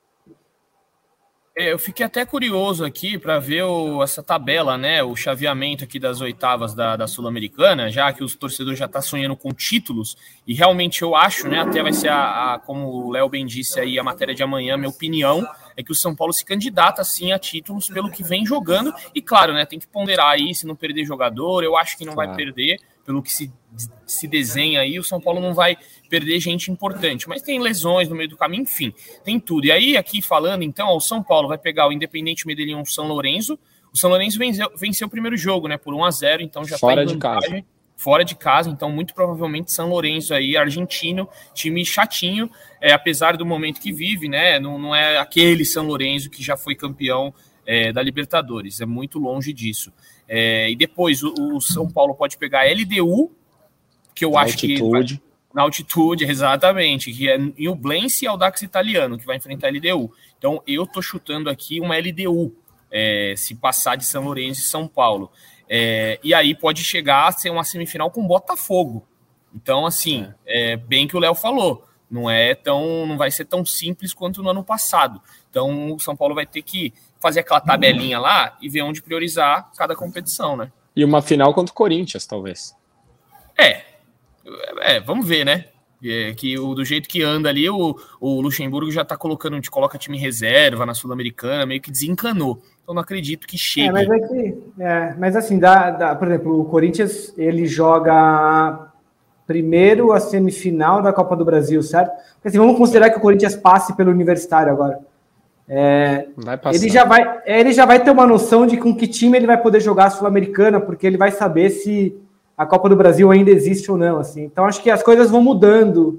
É, eu fiquei até curioso aqui para ver o, essa tabela, né? O chaveamento aqui das oitavas da, da Sul-Americana, já que os torcedores já estão tá sonhando com títulos, e realmente eu acho, né? Até vai ser, a, a, como o Léo bem disse aí, a matéria de amanhã, minha opinião é que o São Paulo se candidata, sim, a títulos pelo que vem jogando, e claro, né? Tem que ponderar aí se não perder jogador, eu acho que não vai perder, pelo que se, se desenha aí, o São Paulo não vai perder gente importante, mas tem lesões no meio do caminho, enfim, tem tudo. E aí, aqui falando, então, ó, o São Paulo vai pegar o Independente Medellín, o São Lourenço. O São Lourenço venceu, venceu o primeiro jogo, né, por um a zero, então já fora tá de casa. Fora de casa, então muito provavelmente São Lourenço aí, argentino, time chatinho, é, apesar do momento que vive, né, não, não é aquele São Lourenço que já foi campeão é, da Libertadores, é muito longe disso. É, e depois o, o São Paulo pode pegar a L D U, que eu na acho altitude. que... Na altitude, exatamente, que é em Ublense e Audax Italiano, que vai enfrentar a L D U. Então, eu tô chutando aqui uma L D U, é, se passar de São Lourenço e São Paulo. É, e aí pode chegar a ser uma semifinal com Botafogo. Então, assim, é bem que o Léo falou, não é tão, não vai ser tão simples quanto no ano passado. Então, o São Paulo vai ter que fazer aquela tabelinha lá e ver onde priorizar cada competição, né? E uma final contra o Corinthians, talvez. É, É, vamos ver, né? É, que o, do jeito que anda ali, o, o Luxemburgo já tá colocando, te coloca time reserva na Sul-Americana, meio que desencanou. Então não acredito que chegue. É, mas, é que, é, mas assim, dá, dá, por exemplo, o Corinthians, ele joga primeiro a semifinal da Copa do Brasil, certo? Porque assim, vamos considerar que o Corinthians passe pelo Universitário agora. É, vai passar. Ele já vai, ele já vai ter uma noção de com que time ele vai poder jogar a Sul-Americana, porque ele vai saber se a Copa do Brasil ainda existe ou não, assim. Então, acho que as coisas vão mudando,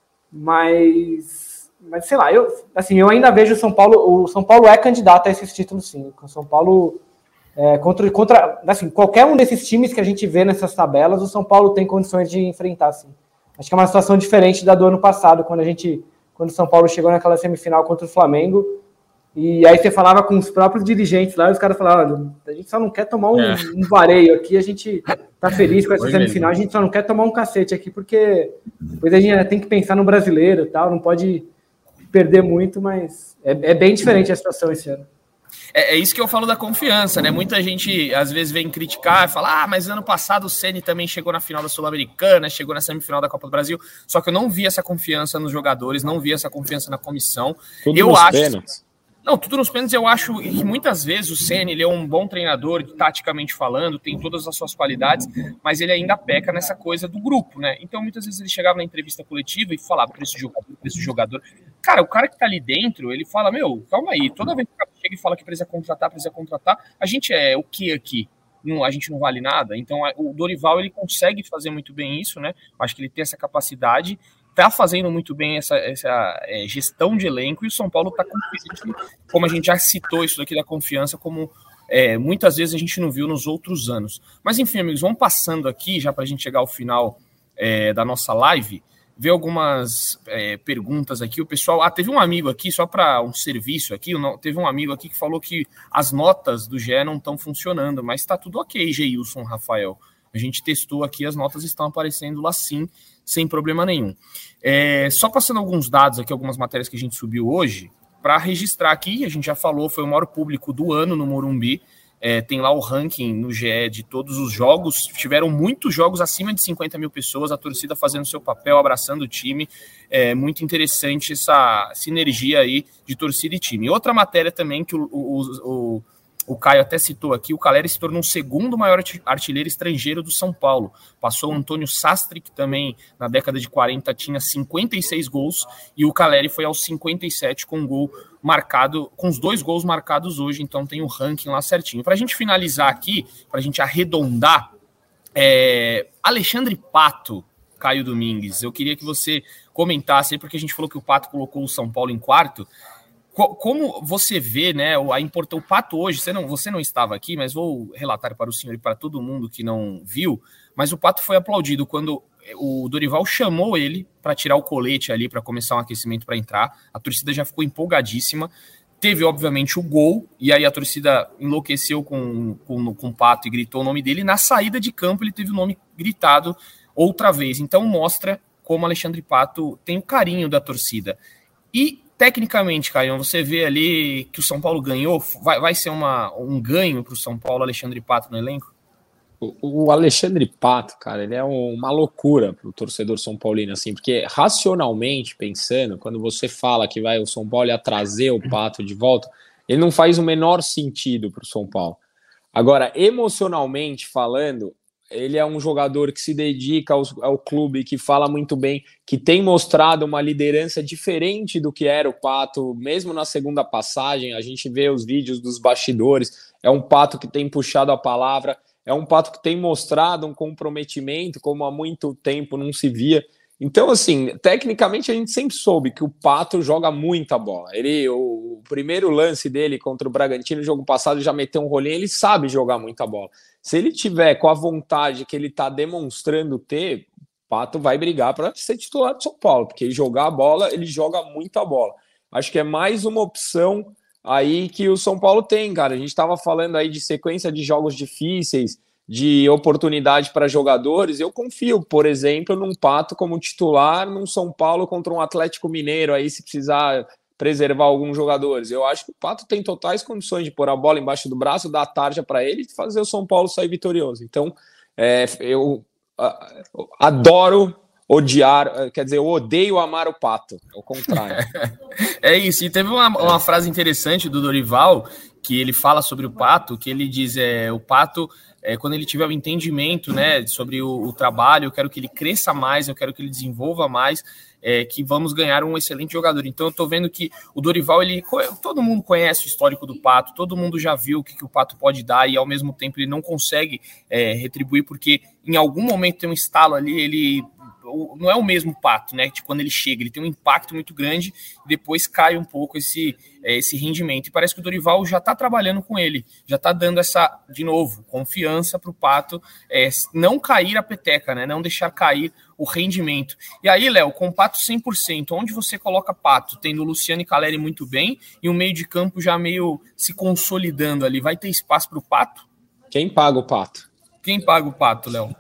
mas, mas sei lá, eu, assim, eu ainda vejo o São Paulo, o São Paulo é candidato a esses títulos, sim. O São Paulo, é, contra, contra, assim, qualquer um desses times que a gente vê nessas tabelas, o São Paulo tem condições de enfrentar, sim. Acho que é uma situação diferente da do ano passado, quando a gente, quando o São Paulo chegou naquela semifinal contra o Flamengo, e aí você falava com os próprios dirigentes lá, e os caras falavam, a gente só não quer tomar um, é. um vareio aqui, a gente tá feliz com essa Foi semifinal, mesmo. A gente só não quer tomar um cacete aqui, porque depois a gente tem que pensar no brasileiro e tal, não pode perder muito, mas é, é bem diferente a situação esse ano. É, é isso que eu falo da confiança, né? Muita gente às vezes vem criticar e fala, ah, mas ano passado o Ceni também chegou na final da Sul-Americana, chegou na semifinal da Copa do Brasil, só que eu não vi essa confiança nos jogadores, não vi essa confiança na comissão. Tudo eu nos acho pênaltis. Não, tudo nos pênaltis. Eu acho que muitas vezes o Ceni, ele é um bom treinador, taticamente falando, tem todas as suas qualidades, mas ele ainda peca nessa coisa do grupo, né? Então, muitas vezes ele chegava na entrevista coletiva e falava para esse jogador, para esse jogador. Cara, o cara que tá ali dentro, ele fala, meu, calma aí, toda vez que o cara chega e fala que precisa contratar, precisa contratar, a gente é o que aqui? Não, a gente não vale nada? Então, o Dorival, ele consegue fazer muito bem isso, né? Acho que ele tem essa capacidade, tá fazendo muito bem essa, essa é, gestão de elenco, e o São Paulo tá confiante, como a gente já citou isso daqui da confiança, como é, muitas vezes a gente não viu nos outros anos. Mas enfim, amigos, vamos passando aqui, já pra gente chegar ao final é, da nossa live, ver algumas é, perguntas aqui. O pessoal, ah, teve um amigo aqui, só para um serviço aqui, teve um amigo aqui que falou que as notas do G E não estão funcionando, mas tá tudo ok, Geilson, Rafael. A gente testou aqui, as notas estão aparecendo lá sim, sem problema nenhum. É, só passando alguns dados aqui, algumas matérias que a gente subiu hoje, para registrar aqui, a gente já falou, foi o maior público do ano no Morumbi, é, tem lá o ranking no G E de todos os jogos, tiveram muitos jogos acima de cinquenta mil pessoas, a torcida fazendo seu papel, abraçando o time, é muito interessante essa sinergia aí de torcida e time. Outra matéria também que o, o, o o Caio até citou aqui, o Caleri se tornou o segundo maior artilheiro estrangeiro do São Paulo. Passou o Antônio Sastre, que também na década de quarenta tinha cinquenta e seis gols, e o Caleri foi aos cinquenta e sete com um gol marcado, com os dois gols marcados hoje, então tem o ranking lá certinho. Para a gente finalizar aqui, para a gente arredondar, é, Alexandre Pato, Caio Domingues, eu queria que você comentasse, porque a gente falou que o Pato colocou o São Paulo em quarto. Como você vê, né, a importância, o Pato hoje, você não, você não estava aqui, mas vou relatar para o senhor e para todo mundo que não viu, mas o Pato foi aplaudido quando o Dorival chamou ele para tirar o colete ali, para começar um aquecimento para entrar, a torcida já ficou empolgadíssima, teve obviamente o gol, e aí a torcida enlouqueceu com, com, com o Pato e gritou o nome dele, e na saída de campo ele teve o nome gritado outra vez, então mostra como Alexandre Pato tem o carinho da torcida. E tecnicamente, Caio, você vê ali que o São Paulo ganhou, vai, vai ser uma, um ganho para o São Paulo, Alexandre Pato no elenco? O, o Alexandre Pato, cara, ele é uma loucura para o torcedor são paulino, assim, porque racionalmente pensando, quando você fala que vai o São Paulo ia trazer o Pato de volta, ele não faz o menor sentido para o São Paulo. Agora, emocionalmente falando, ele é um jogador que se dedica ao, ao clube, que fala muito bem, que tem mostrado uma liderança diferente do que era o Pato, mesmo na segunda passagem, a gente vê os vídeos dos bastidores, é um Pato que tem puxado a palavra, é um Pato que tem mostrado um comprometimento, como há muito tempo não se via. Então, assim, tecnicamente a gente sempre soube que o Pato joga muita bola. Ele, o, o primeiro lance dele contra o Bragantino, no jogo passado, já meteu um rolinho, ele sabe jogar muita bola. Se ele tiver com a vontade que ele está demonstrando ter, o Pato vai brigar para ser titular do São Paulo, porque jogar a bola, ele joga muita bola. Acho que é mais uma opção aí que o São Paulo tem, cara. A gente estava falando aí de sequência de jogos difíceis, de oportunidade para jogadores. Eu confio, por exemplo, num Pato como titular num São Paulo contra um Atlético Mineiro, aí se precisar preservar alguns jogadores. Eu acho que o Pato tem totais condições de pôr a bola embaixo do braço, dar a tarja para ele e fazer o São Paulo sair vitorioso. Então, é, eu uh, adoro odiar, quer dizer, eu odeio amar o Pato, é o contrário. É isso, e teve uma, uma frase interessante do Dorival, que ele fala sobre o Pato, que ele diz, é, o Pato, é, quando ele tiver o entendimento, né, sobre o, o trabalho, eu quero que ele cresça mais, eu quero que ele desenvolva mais, é, que vamos ganhar um excelente jogador. Então eu tô vendo que o Dorival, ele, todo mundo conhece o histórico do Pato, todo mundo já viu o que, que o Pato pode dar e ao mesmo tempo ele não consegue é, retribuir, porque em algum momento tem um estalo ali, ele não é o mesmo Pato, né? De quando ele chega, ele tem um impacto muito grande e depois cai um pouco esse, é, esse rendimento. E parece que o Dorival já está trabalhando com ele, já está dando essa, de novo, confiança para o Pato é, não cair a peteca, né? Não deixar cair o rendimento. E aí, Léo, com o Pato cem por cento, onde você coloca Pato? Tendo o Luciano e Caleri muito bem e o meio de campo já meio se consolidando ali. Vai ter espaço para o Pato? Quem paga o Pato? Quem paga o Pato, Léo?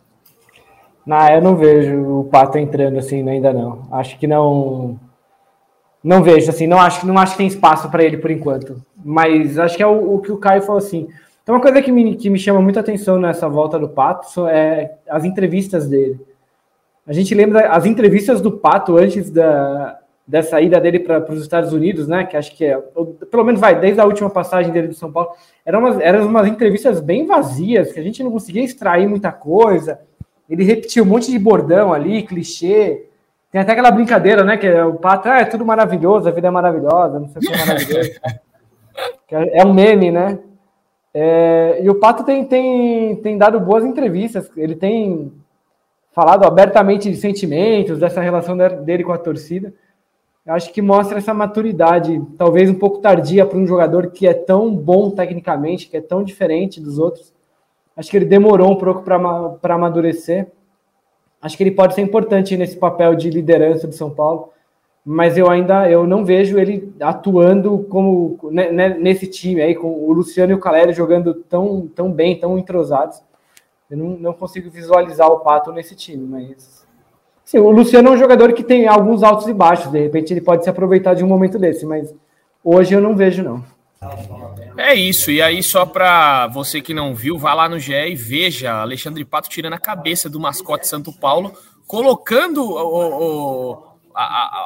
Não, eu não vejo o Pato entrando assim, ainda não. Acho que não. Não vejo, assim, não acho, não acho que tem espaço para ele por enquanto. Mas acho que é o, o que o Caio falou assim. Então, uma coisa que me, que me chama muita atenção nessa volta do Pato é as entrevistas dele. A gente lembra as entrevistas do Pato antes da, da saída dele para os Estados Unidos, né? Que acho que é, ou, pelo menos vai, desde a última passagem dele do São Paulo, eram umas, eram umas entrevistas bem vazias, que a gente não conseguia extrair muita coisa. Ele repetiu um monte de bordão ali, clichê. Tem até aquela brincadeira, né? Que o Pato, ah, é tudo maravilhoso, a vida é maravilhosa, não sei o que é maravilhoso. É um meme, né? É, e o Pato tem, tem, tem dado boas entrevistas. Ele tem falado abertamente de sentimentos, dessa relação dele com a torcida. Eu acho que mostra essa maturidade, talvez um pouco tardia para um jogador que é tão bom tecnicamente, que é tão diferente dos outros. Acho que ele demorou um pouco para amadurecer. Acho que ele pode ser importante nesse papel de liderança do São Paulo, mas eu ainda eu não vejo ele atuando como né, nesse time aí, com o Luciano e o Caleri jogando tão, tão bem, tão entrosados. Eu não, não consigo visualizar o Pato nesse time, mas... Sim, o Luciano é um jogador que tem alguns altos e baixos, de repente ele pode se aproveitar de um momento desse, mas hoje eu não vejo, não. É isso, e aí só para você que não viu, vá lá no G E e veja Alexandre Pato tirando a cabeça do mascote Santo Paulo, colocando o, o, a, a,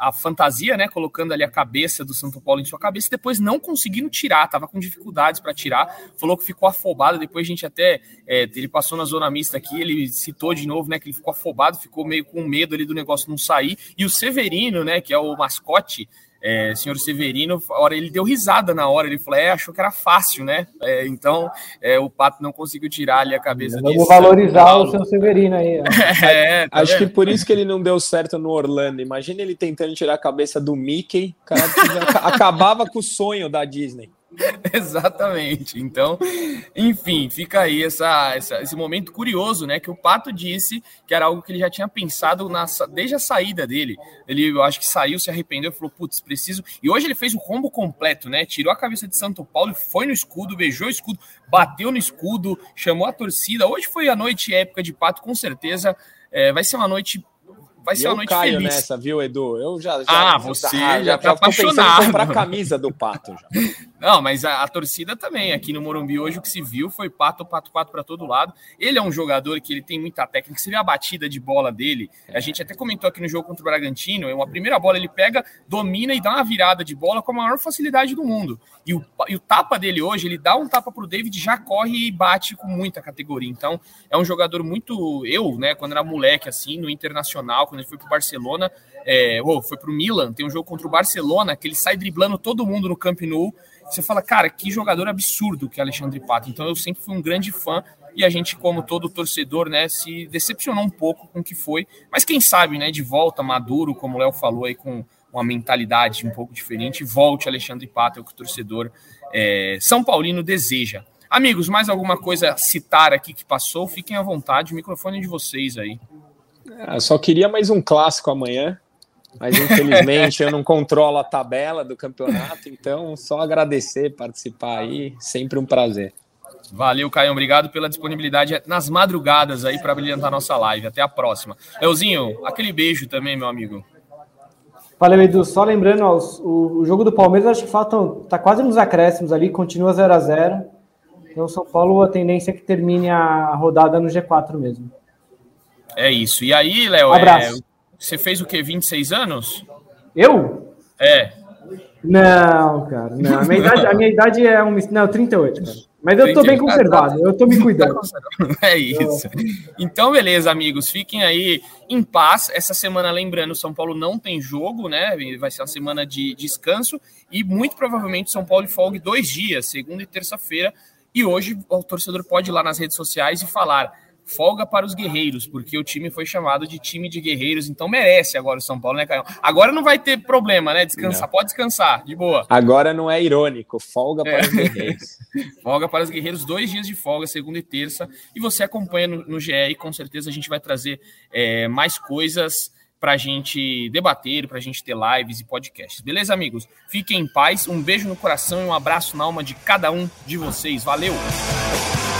a fantasia, né, colocando ali a cabeça do São Paulo em sua cabeça, e depois não conseguindo tirar, tava com dificuldades para tirar, falou que ficou afobado, depois a gente até, é, ele passou na zona mista aqui, ele citou de novo, né, que ele ficou afobado, ficou meio com medo ali do negócio não sair, e o Severino, né, que é o mascote, É, senhor Severino, a hora ele deu risada na hora, ele falou, é, achou que era fácil, né? É, então, é, o Pato não conseguiu tirar ali a cabeça Vamos disso. valorizar o seu Severino aí. É, tá Acho vendo? Que por isso que ele não deu certo no Orlando. Imagina ele tentando tirar a cabeça do Mickey, o cara acabava com o sonho da Disney. Exatamente. Então, enfim, fica aí essa, essa, esse momento curioso, né? Que o Pato disse que era algo que ele já tinha pensado na, desde a saída dele. Ele, eu acho que saiu, se arrependeu, falou, putz, preciso. E hoje ele fez o combo completo, né? Tirou a cabeça de São Paulo, foi no escudo, beijou o escudo, bateu no escudo, chamou a torcida. Hoje foi a noite épica de Pato, com certeza. É, vai ser uma noite. Vai ser eu uma noite caio feliz. Nessa, viu, Edu? Eu já, já ah, você já, já tá apaixonado. Em comprar a camisa do Pato já. Não, mas a, a torcida também. Aqui no Morumbi hoje o que se viu foi Pato, Pato, Pato para todo lado. Ele é um jogador que ele tem muita técnica. Você vê a batida de bola dele. A gente até comentou aqui no jogo contra o Bragantino. É uma primeira bola, ele pega, domina e dá uma virada de bola com a maior facilidade do mundo. E o, e o tapa dele hoje, ele dá um tapa pro David, já corre e bate com muita categoria. Então, é um jogador muito... Eu, né, quando era moleque, assim, no Internacional, quando ele foi pro Barcelona, é, oh, foi pro Milan, tem um jogo contra o Barcelona, que ele sai driblando todo mundo no Camp Nou. Você fala, cara, que jogador absurdo que é Alexandre Pato. Então, eu sempre fui um grande fã e a gente, como todo torcedor, né, se decepcionou um pouco com o que foi. Mas quem sabe, né, de volta, maduro, como o Léo falou aí, com uma mentalidade um pouco diferente, volte Alexandre Pato, é o que o torcedor é, São Paulino deseja. Amigos, mais alguma coisa a citar aqui que passou? Fiquem à vontade, o microfone é de vocês aí. Eu só queria mais um clássico amanhã, mas infelizmente eu não controlo a tabela do campeonato, então só agradecer, participar aí, sempre um prazer. Valeu, Caio, obrigado pela disponibilidade nas madrugadas aí para brilhantar nossa live. Até a próxima. Leozinho, aquele beijo também, meu amigo. Valeu, Edu. Só lembrando, ó, o, o jogo do Palmeiras, acho que faltam, tá quase nos acréscimos ali, continua zero a zero. Então, São Paulo, a tendência é que termine a rodada no G quatro mesmo. É isso. E aí, Léo, é, você fez o quê? vinte e seis anos? Eu? É. Não, cara, não. A minha idade, a minha idade é um, não, trinta e oito, cara. Mas eu tô bem conservado, eu tô me cuidando. É isso. Então, beleza, amigos. Fiquem aí em paz. Essa semana, lembrando, o São Paulo não tem jogo, né? Vai ser uma semana de descanso. E muito provavelmente São Paulo folgue dois dias, segunda e terça-feira. E hoje o torcedor pode ir lá nas redes sociais e falar: folga para os guerreiros, porque o time foi chamado de time de guerreiros, então merece agora o São Paulo, né, Caio? Agora não vai ter problema, né? Descansar, não. Pode descansar, de boa. Agora não é irônico, folga para é. os guerreiros. Folga para os guerreiros, dois dias de folga, segunda e terça, e você acompanha no, no G E e com certeza a gente vai trazer é, mais coisas para a gente debater, para a gente ter lives e podcasts. Beleza, amigos? Fiquem em paz, um beijo no coração e um abraço na alma de cada um de vocês. Valeu!